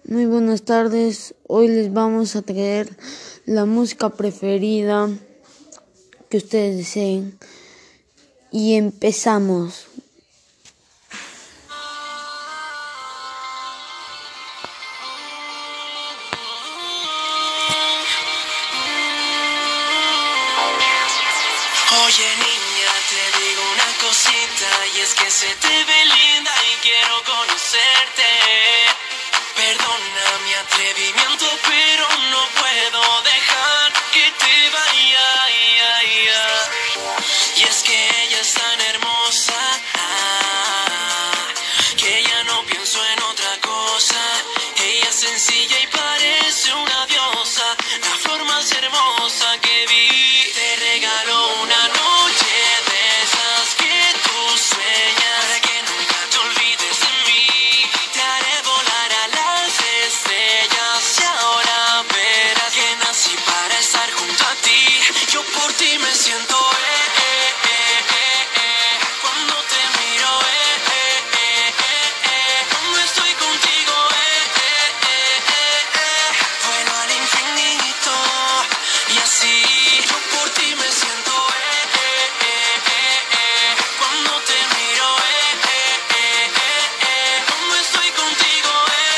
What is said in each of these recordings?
Muy buenas tardes, hoy les vamos a traer la música preferida que ustedes deseen y empezamos. Oye niña, te digo una cosita y es que se te ve linda y quiero conocerte. Perdona mi atrevimiento, pero no puedo dejar que te vaya. Y es que ella es tan hermosa, que ya no pienso en otra cosa. Ella es sencilla y parece una diosa, la flor más hermosa que vi. Te regalo una noche de esas que tú sueñas, para que nunca te olvides de mí. Te haré volar a las estrellas y ahora verás que nací para estar junto a ti. Yo por ti me siento cuando te miro cuando estoy contigo vuelo al infinito y así. Yo por ti me siento cuando te miro cuando estoy contigo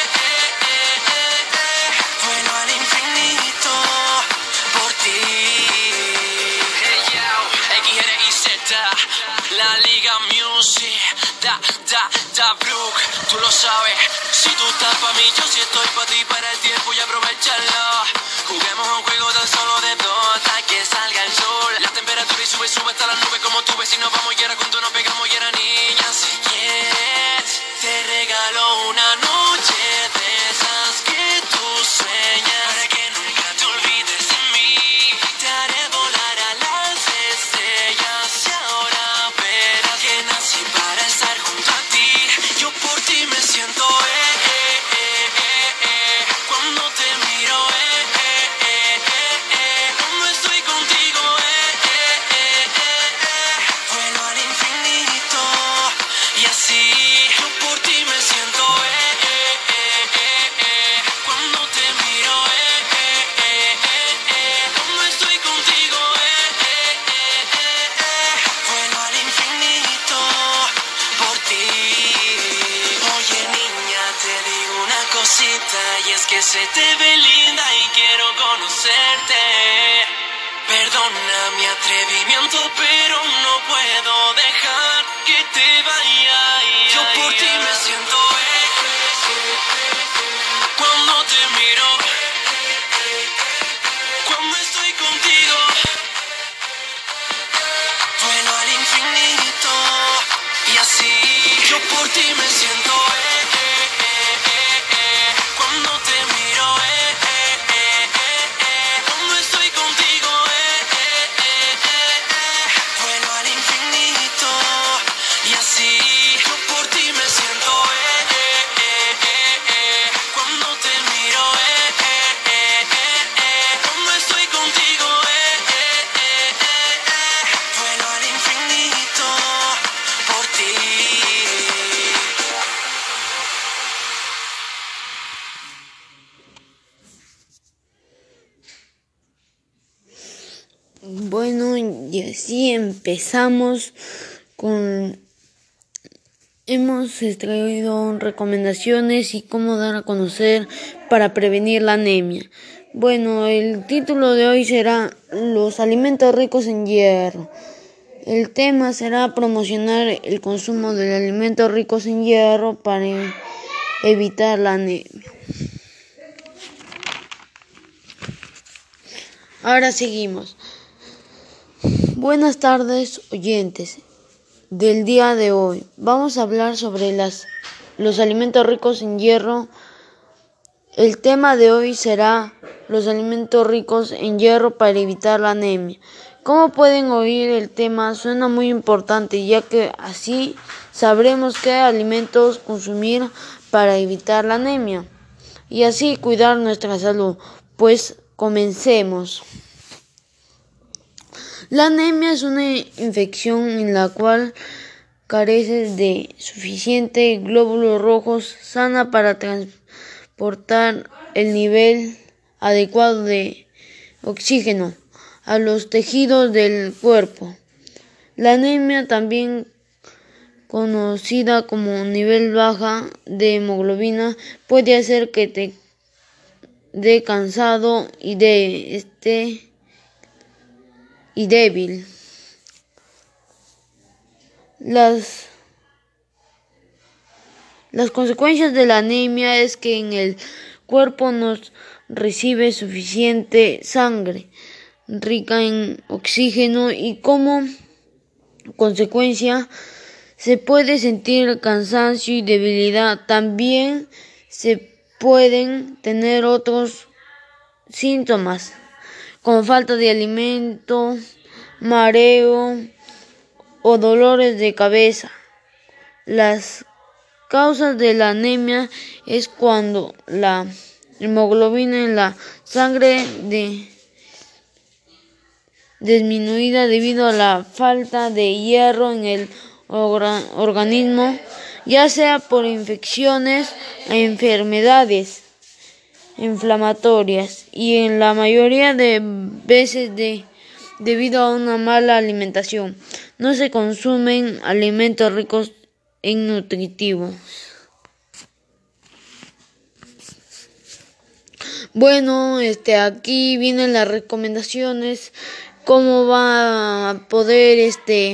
vuelo al infinito por ti. Hey yo, XRIZ, la Liga Music, da Brook, tú lo sabes. Si tú estás pa' mí, yo sí estoy pa' ti, para el tiempo y aprovecharlo. Juguemos un juego tan solo de dos hasta que salga el sol. La temperatura y sube hasta las nubes como tú ves. Si nos vamos y ahora juntos nos pegamos y era niña. Si quieres, te regalo una noche de esas que tú sueñas, para que nunca te olvides de mí. Te haré volar a las estrellas y ahora verás que nací para estar junto a ti. Yo por ti me siento cuando te miro cuando estoy contigo vuelo al infinito y así. Yo por ti me siento cuando te miro cuando estoy contigo vuelo al infinito por ti. Oye niña, te digo una cosita y es que se te ve linda y quiero conocerte. Perdona mi atrevimiento, pero no puedo dejar que te vaya. Yo por ti me siento cuando te miro cuando estoy contigo vuelo al infinito y así. Yo por ti me siento cuando te miro cuando estoy contigo vuelo al infinito y así. Yo por ti me siento cuando te miro cuando estoy contigo vuelo al infinito por ti. Bueno, y así empezamos con... Hemos extraído recomendaciones y cómo dar a conocer para prevenir la anemia. Bueno, el título de hoy será los alimentos ricos en hierro. El tema será promocionar el consumo de alimentos ricos en hierro para evitar la anemia. Ahora seguimos. Buenas tardes, oyentes. Del día de hoy vamos a hablar sobre los alimentos ricos en hierro. El tema de hoy será los alimentos ricos en hierro para evitar la anemia. Como pueden oír, el tema suena muy importante, ya que así sabremos qué alimentos consumir para evitar la anemia y así cuidar nuestra salud. Pues comencemos. La anemia es una infección en la cual careces de suficientes glóbulos rojos sana para transportar el nivel adecuado de oxígeno a los tejidos del cuerpo. La anemia, también conocida como nivel baja de hemoglobina, puede hacer que te dé cansado y débil. Las consecuencias de la anemia es que en el cuerpo no recibe suficiente sangre rica en oxígeno y como consecuencia se puede sentir cansancio y debilidad. También se pueden tener otros síntomas como falta de alimento, mareo o dolores de cabeza. Las causas de la anemia es cuando la hemoglobina en la sangre disminuida debido a la falta de hierro en el organismo, ya sea por infecciones o enfermedades inflamatorias, y en la mayoría de veces debido a una mala alimentación. No se consumen alimentos ricos en nutritivos. Bueno, aquí vienen las recomendaciones, cómo va a poder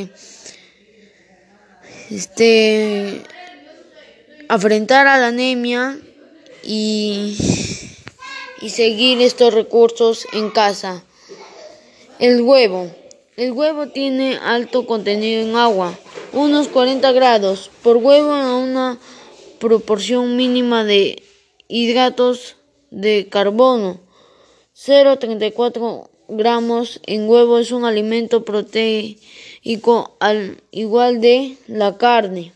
afrontar a la anemia y seguir estos recursos en casa. El huevo. El huevo tiene alto contenido en agua, unos 40 grados por huevo, a una proporción mínima de hidratos de carbono. 0,34 gramos en huevo es un alimento proteico al igual de la carne.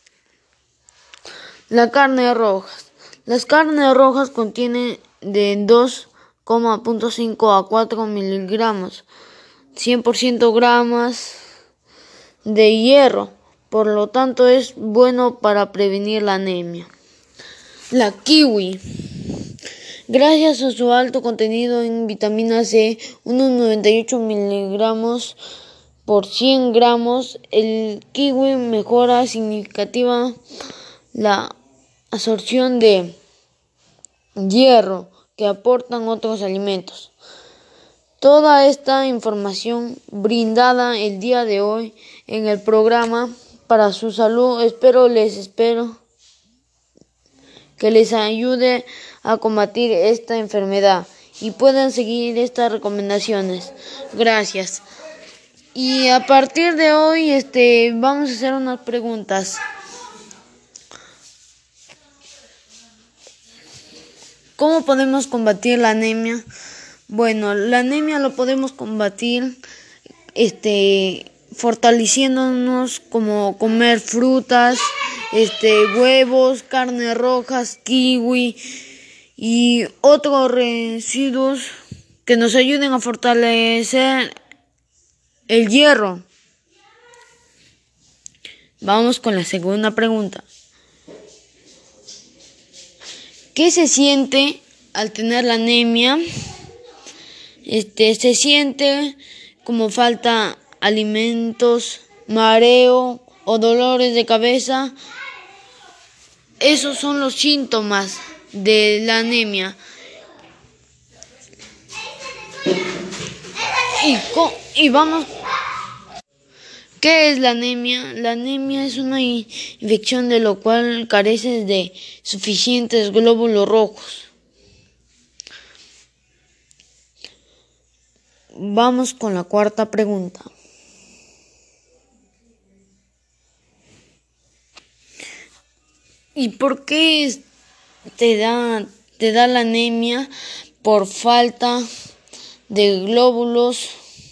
La carne roja. Las carnes rojas contienen de 2,5 a 4 miligramos, 100% gramos de hierro, por lo tanto es bueno para prevenir la anemia. La kiwi. Gracias a su alto contenido en vitamina C, unos 98 miligramos por 100 gramos, el kiwi mejora significativamente la absorción de hierro que aportan otros alimentos. Toda esta información brindada el día de hoy en el programa para su salud, espero que les ayude a combatir esta enfermedad y puedan seguir estas recomendaciones. Gracias. Y a partir de hoy vamos a hacer unas preguntas. ¿Cómo podemos combatir la anemia? Bueno, la anemia lo podemos combatir fortaleciéndonos, como comer frutas, huevos, carnes rojas, kiwi y otros residuos que nos ayuden a fortalecer el hierro. Vamos con la segunda pregunta. ¿Qué se siente al tener la anemia? Se siente como falta alimentos, mareo o dolores de cabeza. Esos son los síntomas de la anemia. Y vamos. ¿Qué es la anemia? La anemia es una infección de lo cual careces de suficientes glóbulos rojos. Vamos con la cuarta pregunta. ¿Y por qué te da la anemia? Por falta de glóbulos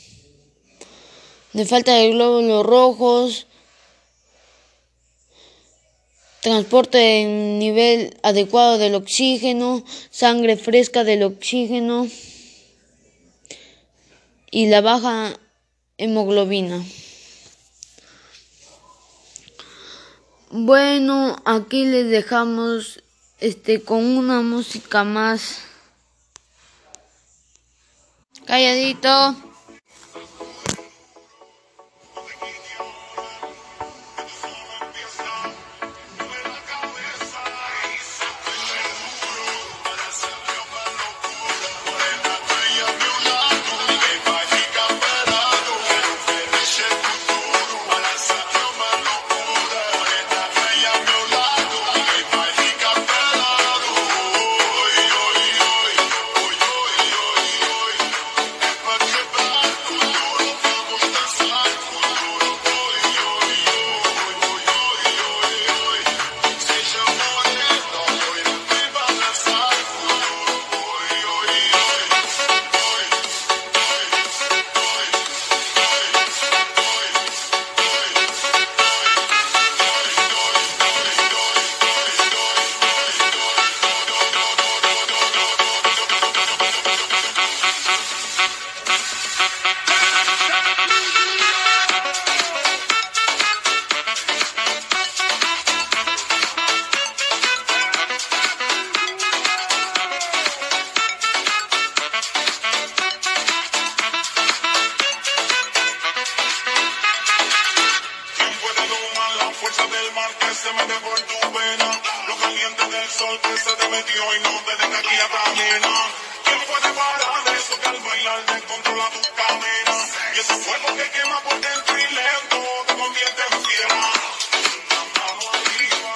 rojos, transporte en nivel adecuado del oxígeno, sangre fresca del oxígeno y la baja hemoglobina. Bueno, aquí les dejamos con una música más calladito. Fuerza del mar que se mete por tu vena, lo caliente del sol que se te metió y no te deja aquí atamena. ¿Quién puede parar eso que al bailar descontrola tus cadenas? Y ese fuego que quema por dentro y lento te convierte en fiera. La mano arriba,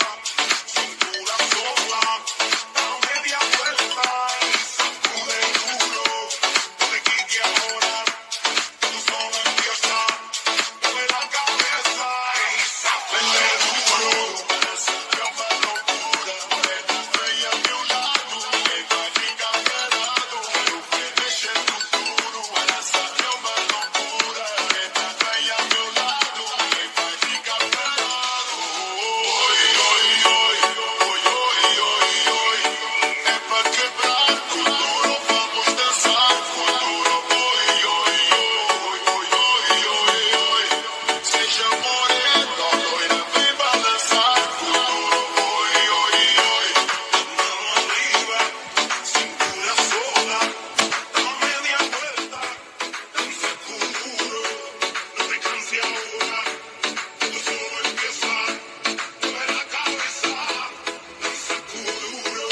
cintura sola, da media vuelta y sacude duro. No te quites ahora, tú solo empieza, mueve la cabeza y sacude duro. Yo me locura, morena estrella a mi lado, que practica pelado, pero que deje el futuro. Yo me locura, morena estrella a mi lado, que practica pelado. Hoy, hoy, hoy, hoy, hoy, hoy, hoy, es para quebrar futuro, vamos a danzar futuro. Hoy, hoy, hoy, hoy, hoy, hoy, hoy, seja morena, loira, vem balançar futuro. Hoy, hoy, hoy, mano arriba, cintura sola, da media vuelta, danza futuro. No te canses ahora, esto solo empieza, mueve la cabeza, danza futuro.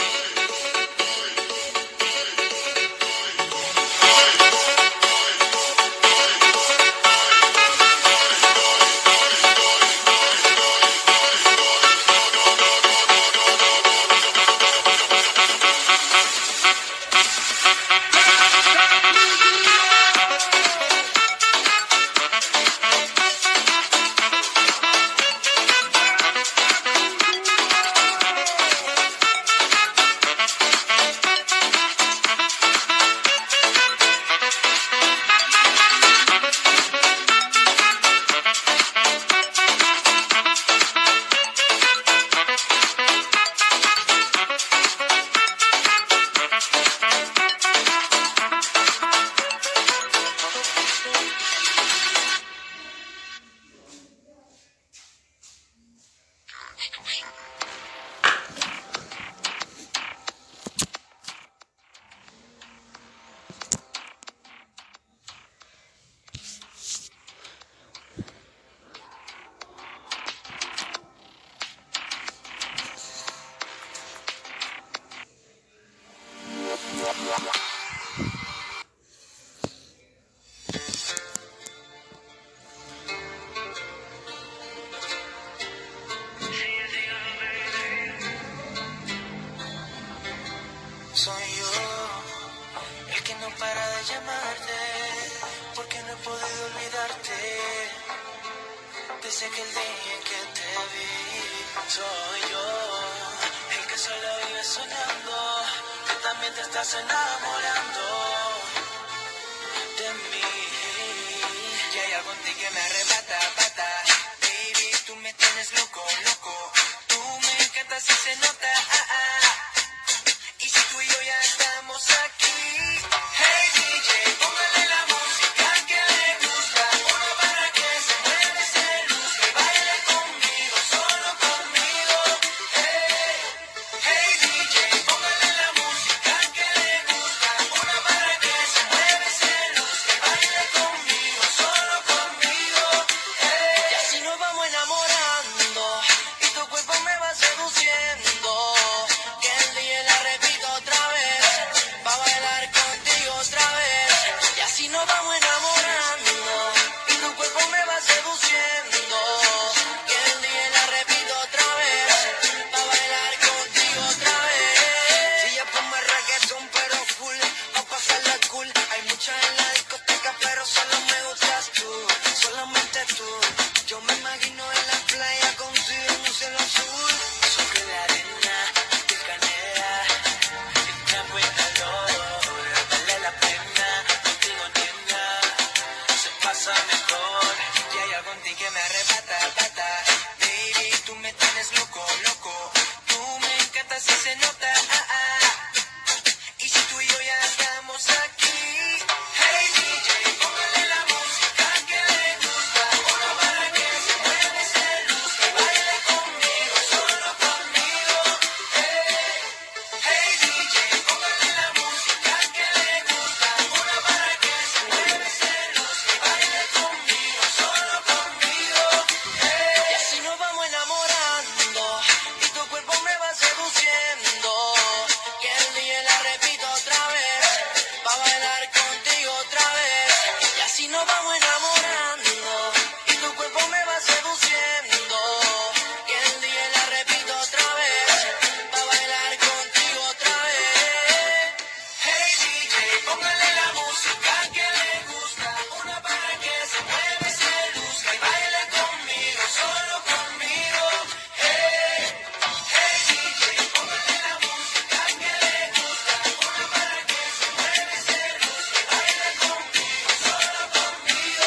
Soy yo el que no para de llamarte, porque no he podido olvidarte desde aquel día en que te vi. Soy yo el que solo vive soñando, que también te estás enamorando de mí. Y hay algo en ti que me arrebata, pata. Baby, tú me tienes loco, loco. Tú me encantas y se nota, Y si tú y yo ya estamos aquí, hey DJ, póngale la música que le gusta, una para que se mueve, se luzca y baile conmigo, solo conmigo. Hey, hey DJ. nos vamos enamorando y tu cuerpo me va seduciendo. Que el día la repito otra vez, pa' bailar contigo otra vez. Si ya ponme reggaetón pero full, pa' pasarla cool. Hay muchas en la discoteca pero solo me gustas tú, solamente tú. Yo me imagino en la playa contigo en un cielo azul. Sobre la arena, tu canela, el tiempo y calor, vale la pena, contigo nena, se pasa mejor. Y hay algo en ti que me arrebata, bata. Baby, tú me tienes loco, loco, tú me encantas y se nota, Y si tú y yo ya estamos aquí, hey DJ, póngale la música que le gusta, uno para que se mueva y se luzca y baile conmigo, solo conmigo, hey DJ, póngale la música que le gusta, uno para que se mueva y se luzca y baile conmigo, solo conmigo, Y así nos vamos enamorando y tu cuerpo me va seduciendo. Que el día la repito otra vez, pa' bailar contigo otra vez. Y así nos vamos enamorando y tu cuerpo me va seduciendo. Que el día la repito otra vez, pa' bailar contigo otra vez. Hey DJ, póngale la música que le gusta, una para que se mueva y se luzca y baile conmigo, solo conmigo. Hey DJ, póngale la música que le gusta, una para que se mueva y se luzca y baile conmigo, solo conmigo.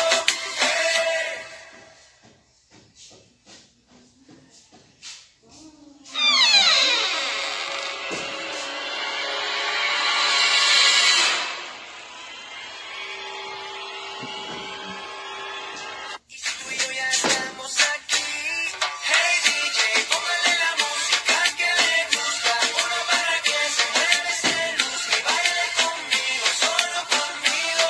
Y si tú y yo ya estamos aquí, hey DJ, póngale la música que le gusta, uno para que se mueva y se luzca y baile conmigo, solo conmigo.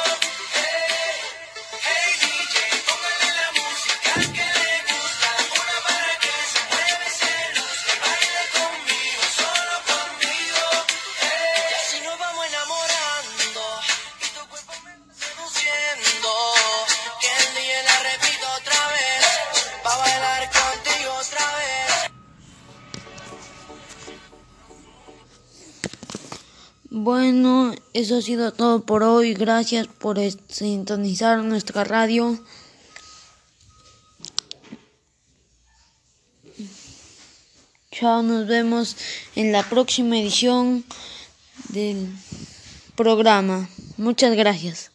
Hey DJ, póngale la música que le gusta, uno para que se mueva y se luzca y baile conmigo, solo conmigo. Y así nos vamos enamorando y tu cuerpo me va seduciendo. Que el día la repito otra vez, pa' bailar contigo otra vez. Bueno, eso ha sido todo por hoy. Gracias por sintonizar nuestra radio. Chao, nos vemos en la próxima edición del programa. Muchas gracias.